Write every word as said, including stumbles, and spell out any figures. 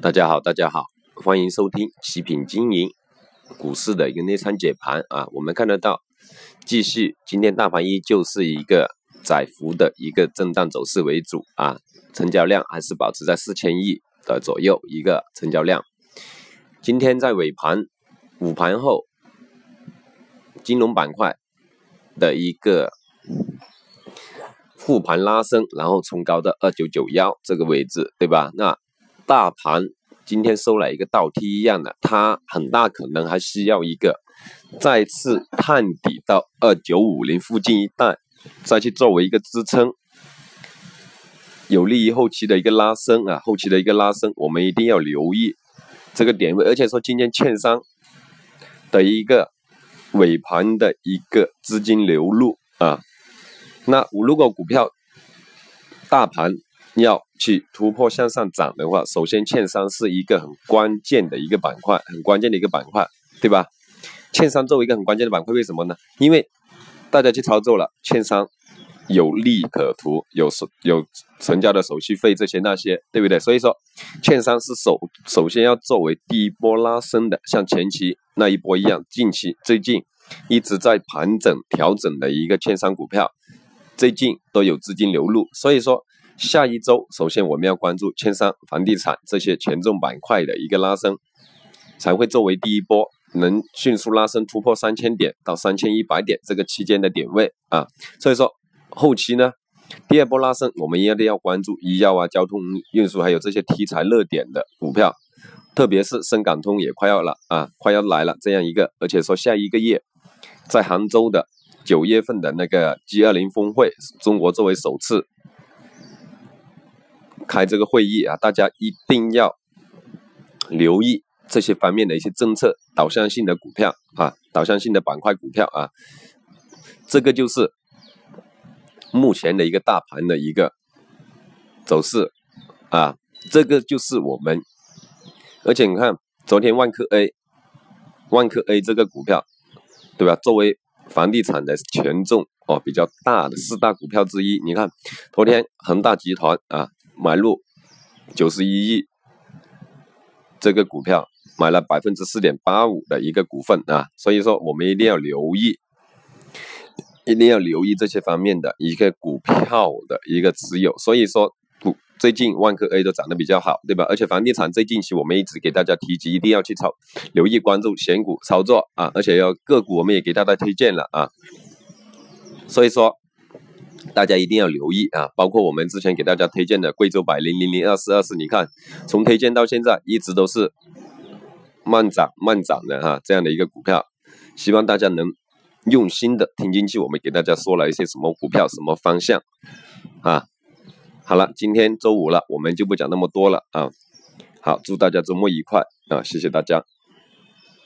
大家好，大家好，欢迎收听极品经营股市的一个内参解盘啊。我们看得到，继续今天大盘依旧是一个窄幅的一个震荡走势为主啊，成交量还是保持在四千亿的左右一个成交量。今天在尾盘、午盘后，金融板块的一个复盘拉升，然后冲高到二九九一这个位置，对吧？那大盘今天收了一个倒梯一样的，它很大可能还需要一个再次探底到二九五零附近一带，再去作为一个支撑，有利于后期的一个拉升啊。后期的一个拉升，我们一定要留意这个点位，而且说今天券商的一个尾盘的一个资金流入啊，那如果股票大盘要去突破向上涨的话，首先券商是一个很关键的一个板块，很关键的一个板块，对吧？券商作为一个很关键的板块，为什么呢？因为大家去操作了，券商有利可图，有有成交的手续费这些那些，对不对？所以说，券商是首首先要作为第一波拉升的，像前期那一波一样，近期最近一直在盘整调整的一个券商股票，最近都有资金流入，所以说下一周首先我们要关注券商、房地产这些权重板块的一个拉升，才会作为第一波能迅速拉升突破三千点到三千一百点这个期间的点位啊。所以说后期呢，第二波拉升我们一定要关注医药啊、交通运输还有这些题材热点的股票，特别是深港通也快要了啊，快要来了这样一个，而且说下一个月在杭州的九月份的那个 G 二十 峰会，中国作为首次开这个会议啊，大家一定要留意这些方面的一些政策导向性的股票啊，导向性的板块股票啊，这个就是目前的一个大盘的一个走势啊，这个就是我们，而且你看昨天万科 A， 万科 A 这个股票，对吧？作为房地产的权重哦比较大的四大股票之一，你看昨天恒大集团啊买入九十一亿这个股票，买了 百分之四点八五 的一个股份啊，所以说我们一定要留意一定要留意这些方面的一个股票的一个持有，所以说股最近万科 A 都涨得比较好，对吧？而且房地产最近期我们一直给大家提及，一定要去操留意关注选股操作啊，而且要个股我们也给大家推荐了啊，所以说大家一定要留意啊，包括我们之前给大家推荐的贵州百灵零零二四二四，你看从推荐到现在一直都是慢涨慢涨的哈、啊，这样的一个股票，希望大家能用心的听进去，我们给大家说了一些什么股票什么方向啊。好了，今天周五了，我们就不讲那么多了啊。好，祝大家周末愉快啊，谢谢大家。